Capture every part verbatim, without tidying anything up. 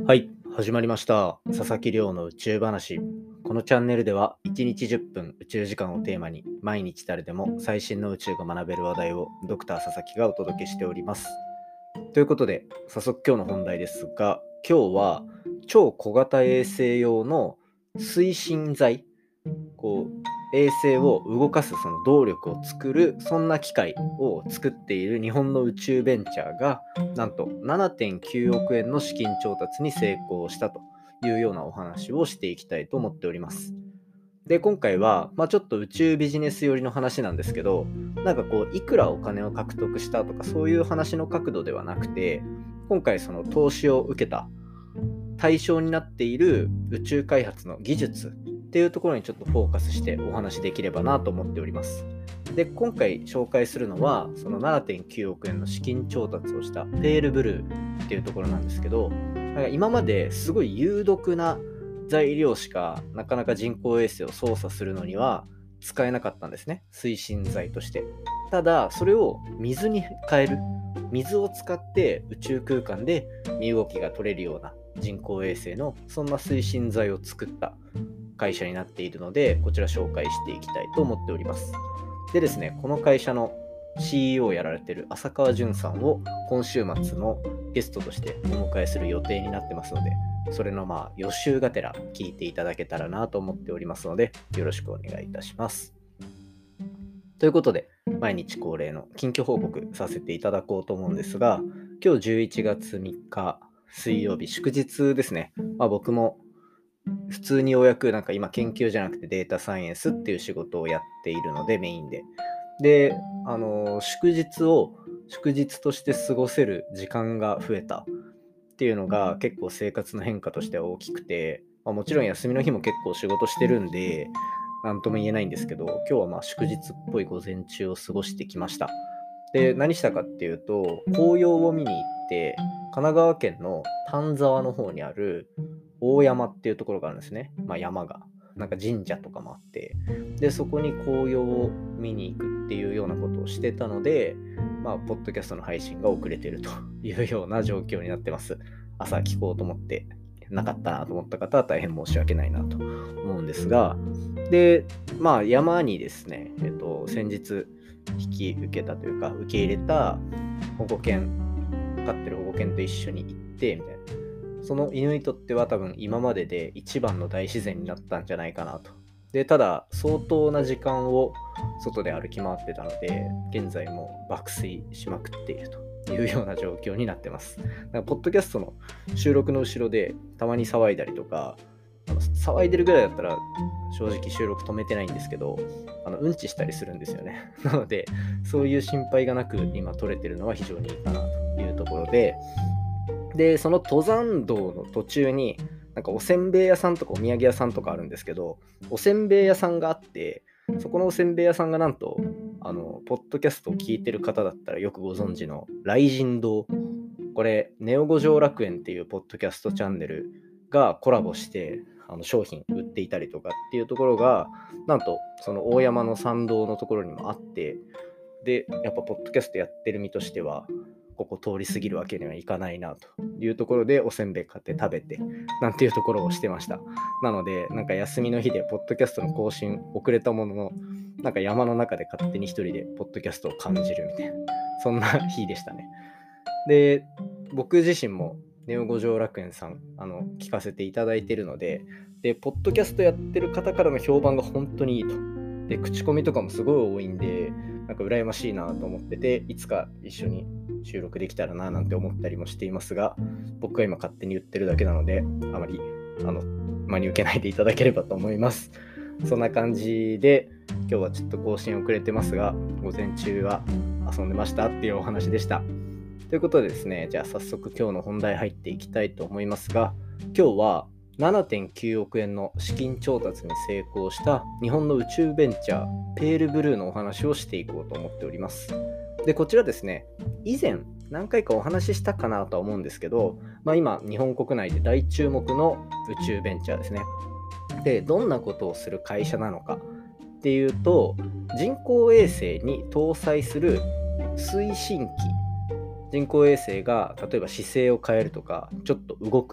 はい、始まりました。佐々木亮の宇宙話。このチャンネルではいちにちじゅっぷん宇宙時間をテーマに毎日誰でも最新の宇宙が学べる話題をドクター佐々木がお届けしております。ということで、早速今日の本題ですが、今日は超小型衛星用の推進剤、こう衛星を動かすその動力を作るそんな機械を作っている日本の宇宙ベンチャーがなんと ななてんきゅうおくえんの資金調達に成功したというようなお話をしていきたいと思っております。で今回は、まあ、ちょっと宇宙ビジネス寄りの話なんですけど、なんかこういくらお金を獲得したとかそういう話の角度ではなくて、今回その投資を受けた対象になっている宇宙開発の技術っていうところにちょっとフォーカスしてお話できればなと思っております。で今回紹介するのはその ななてんきゅうおくえんの資金調達をしたペールブルーっていうところなんですけど、なんか今まですごい有毒な材料しかなかなか人工衛星を操作するのには使えなかったんですね、推進剤として。ただそれを水に変える、水を使って宇宙空間で身動きが取れるような人工衛星のそんな推進剤を作った会社になっているので、こちら紹介していきたいと思っております。でですね、この会社の シーイーオー をやられている浅川淳さんを今週末のゲストとしてお迎えする予定になってますので、それのまあ予習がてら聞いていただけたらなと思っておりますので、よろしくお願いいたします。ということで、毎日恒例の近況報告させていただこうと思うんですが、今日じゅういちがつみっか水曜日、祝日ですね。まあ、僕も普通にようやくなんか今研究じゃなくてデータサイエンスっていう仕事をやっているので、メインで。で、あのー祝日を祝日として過ごせる時間が増えたっていうのが結構生活の変化としては大きくて、まあ、もちろん休みの日も結構仕事してるんで、なんとも言えないんですけど、今日はまあ祝日っぽい午前中を過ごしてきました。で、何したかっていうと、紅葉を見に行って、神奈川県の丹沢の方にある大山っていうところがあるんですね。まあ山が。なんか神社とかもあって、で、そこに紅葉を見に行くっていうようなことをしてたので、まあ、ポッドキャストの配信が遅れてるというような状況になってます。朝聞こうと思ってなかったなと思った方は大変申し訳ないなと思うんですが、で、まあ山にですね、えっと、先日引き受けたというか、受け入れた保護犬、飼ってる保護犬と一緒に行って、みたいな。その犬にとっては多分今までで一番の大自然になったんじゃないかなと。で、ただ相当な時間を外で歩き回ってたので、現在も爆睡しまくっているというような状況になってます。だからポッドキャストの収録の後ろでたまに騒いだりとか、あの騒いでるぐらいだったら正直収録止めてないんですけど、あのうんちしたりするんですよね。なので、そういう心配がなく今撮れてるのは非常にいいかなというところで、で、その登山道の途中に、なんかおせんべい屋さんとかお土産屋さんとかあるんですけど、おせんべい屋さんがあって、そこのおせんべい屋さんがなんと、あの、ポッドキャストを聞いてる方だったらよくご存知の雷神堂。これ、ネオ五条楽園っていうポッドキャストチャンネルがコラボして、あの商品売っていたりとかっていうところが、なんと、その大山の参道のところにもあって、で、やっぱポッドキャストやってる身としては、ここ通り過ぎるわけにはいかないなというところでおせんべい買って食べてなんていうところをしてました。なのでなんか休みの日でポッドキャストの更新遅れたものの、なんか山の中で勝手に一人でポッドキャストを感じるみたいな、そんな日でしたね。で、僕自身もネオ五条楽園さんあの聞かせていただいているので、でポッドキャストやってる方からの評判が本当にいいと。で口コミとかもすごい多いんで、なんか羨ましいなと思ってて、いつか一緒に収録できたらななんて思ったりもしていますが、僕が今勝手に言ってるだけなので、あまりあの真に受けないでいただければと思います。そんな感じで、今日はちょっと更新遅れてますが、午前中は遊んでましたっていうお話でした。ということでですね、じゃあ早速今日の本題入っていきたいと思いますが、今日は ななてんきゅうおくえんの資金調達に成功した日本の宇宙ベンチャーペールブルーのお話をしていこうと思っております。で、こちらですね、以前何回かお話ししたかなとは思うんですけど、まあ、今日本国内で大注目の宇宙ベンチャーですね。で、どんなことをする会社なのかっていうと、人工衛星に搭載する推進機、人工衛星が例えば姿勢を変えるとかちょっと動く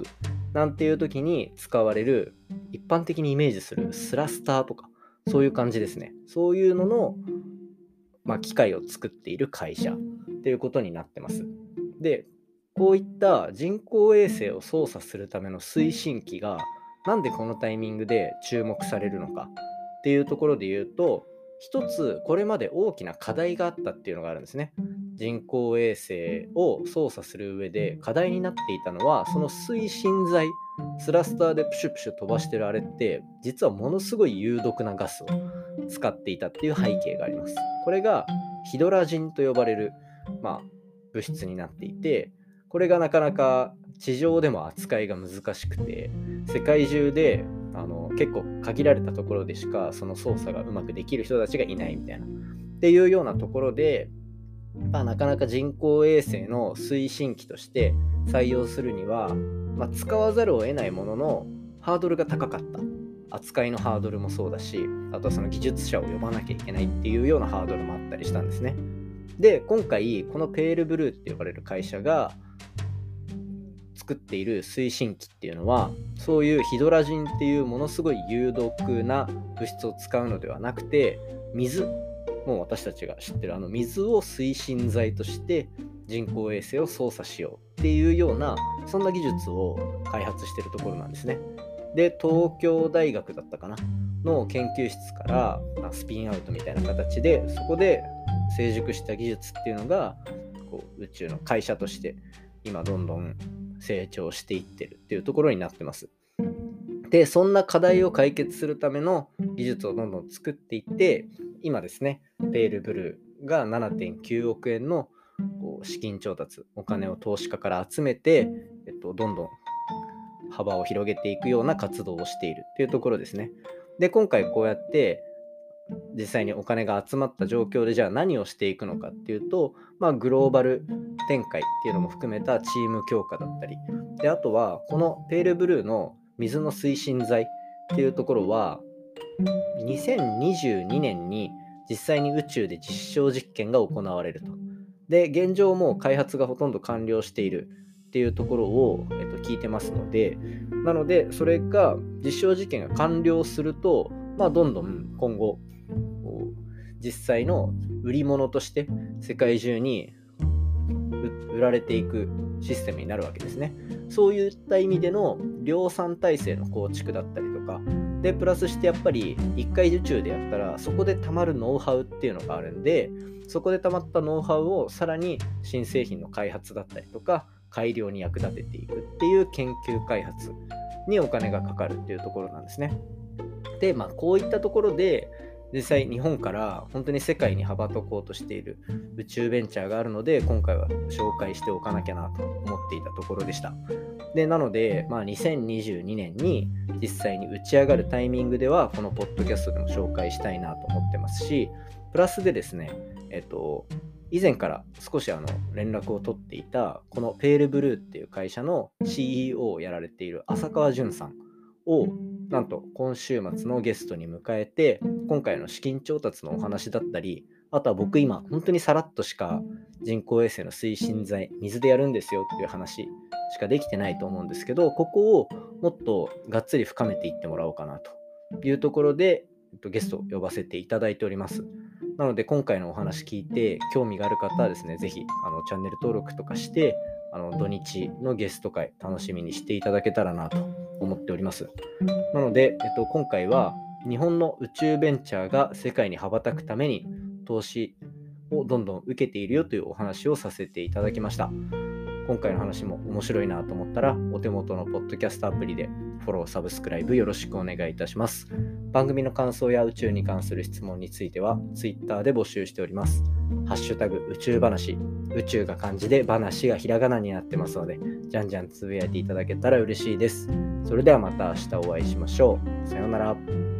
なんていう時に使われる、一般的にイメージするスラスターとか、そういう感じですね。そういうのの、まあ、機械を作っている会社っていうことになってます。で、こういった人工衛星を操作するための推進機がなんでこのタイミングで注目されるのかっていうところで言うと、一つこれまで大きな課題があったっていうのがあるんですね。人工衛星を操作する上で課題になっていたのは、その推進剤、スラスターでプシュプシュ飛ばしてるあれって実はものすごい有毒なガスを使っていたっていう背景があります。これがヒドラジンと呼ばれる、まあ、物質になっていて、これがなかなか地上でも扱いが難しくて、世界中であの結構限られたところでしかその操作がうまくできる人たちがいないみたいなっていうようなところで、まあ、なかなか人工衛星の推進機として採用するには、まあ、使わざるを得ないもののハードルが高かった。扱いのハードルもそうだし、あとはその技術者を呼ばなきゃいけないっていうようなハードルもあったりしたんですね。で、今回このペールブルーって呼ばれる会社が作っている推進機っていうのは、そういうヒドラジンっていうものすごい有毒な物質を使うのではなくて、水、もう私たちが知ってるあの水を推進剤として人工衛星を操作しようっていうような、そんな技術を開発しているところなんですね。で、東京大学だったかなの研究室からスピンアウトみたいな形で、そこで成熟した技術っていうのがこう宇宙の会社として今どんどん成長していってるっていうところになってます。で、そんな課題を解決するための技術をどんどん作っていって、今ですね、ペールブルーが ななてんきゅうおくえんのこう資金調達、お金を投資家から集めて、えっと、どんどん幅を広げていくような活動をしているっていうところですね。で、今回こうやって実際にお金が集まった状況で、じゃあ何をしていくのかっていうと、まあ、グローバル展開っていうのも含めたチーム強化だったり、で、あとはこのペールブルーの水の推進剤っていうところはにせんにじゅうにねんに実際に宇宙で実証実験が行われると。で、現状もう開発がほとんど完了しているっていうところを、えっと、聞いてますので、なのでそれが実証実験が完了すると、まあ、どんどん今後実際の売り物として世界中に売られていくシステムになるわけですね。そういった意味での量産体制の構築だったりとかで、プラスしてやっぱり一回宇宙でやったらそこでたまるノウハウっていうのがあるんで、そこでたまったノウハウをさらに新製品の開発だったりとか改良に役立てていくっていう研究開発にお金がかかるっていうところなんですね。で、まあ、こういったところで実際日本から本当に世界に羽ばたこうとしている宇宙ベンチャーがあるので、今回は紹介しておかなきゃなと思っていたところでした。で、なので、まあ、にせんにじゅうにねんに実際に打ち上がるタイミングではこのポッドキャストでも紹介したいなと思ってますし、プラスでですね、えっと以前から少しあの連絡を取っていたこのペールブルーっていう会社の シーイーオー をやられている浅川淳さんをなんと今週末のゲストに迎えて、今回の資金調達のお話だったり、あとは僕今本当にさらっとしか人工衛星の推進剤水でやるんですよっていう話しかできてないと思うんですけど、ここをもっとがっつり深めていってもらおうかなというところでゲストを呼ばせていただいております。なので今回のお話聞いて興味がある方はですね、ぜひあのチャンネル登録とかしてあの土日のゲスト会楽しみにしていただけたらなと思っております。なので、えっと、今回は日本の宇宙ベンチャーが世界に羽ばたくために投資をどんどん受けているよというお話をさせていただきました。今回の話も面白いなと思ったら、お手元のポッドキャストアプリでフォロー、サブスクライブよろしくお願いいたします。番組の感想や宇宙に関する質問については Twitter で募集しております。ハッシュタグ宇宙話、宇宙が漢字で話がひらがなになってますので、じゃんじゃんつぶやいていただけたら嬉しいです。それではまた明日お会いしましょう。さようなら。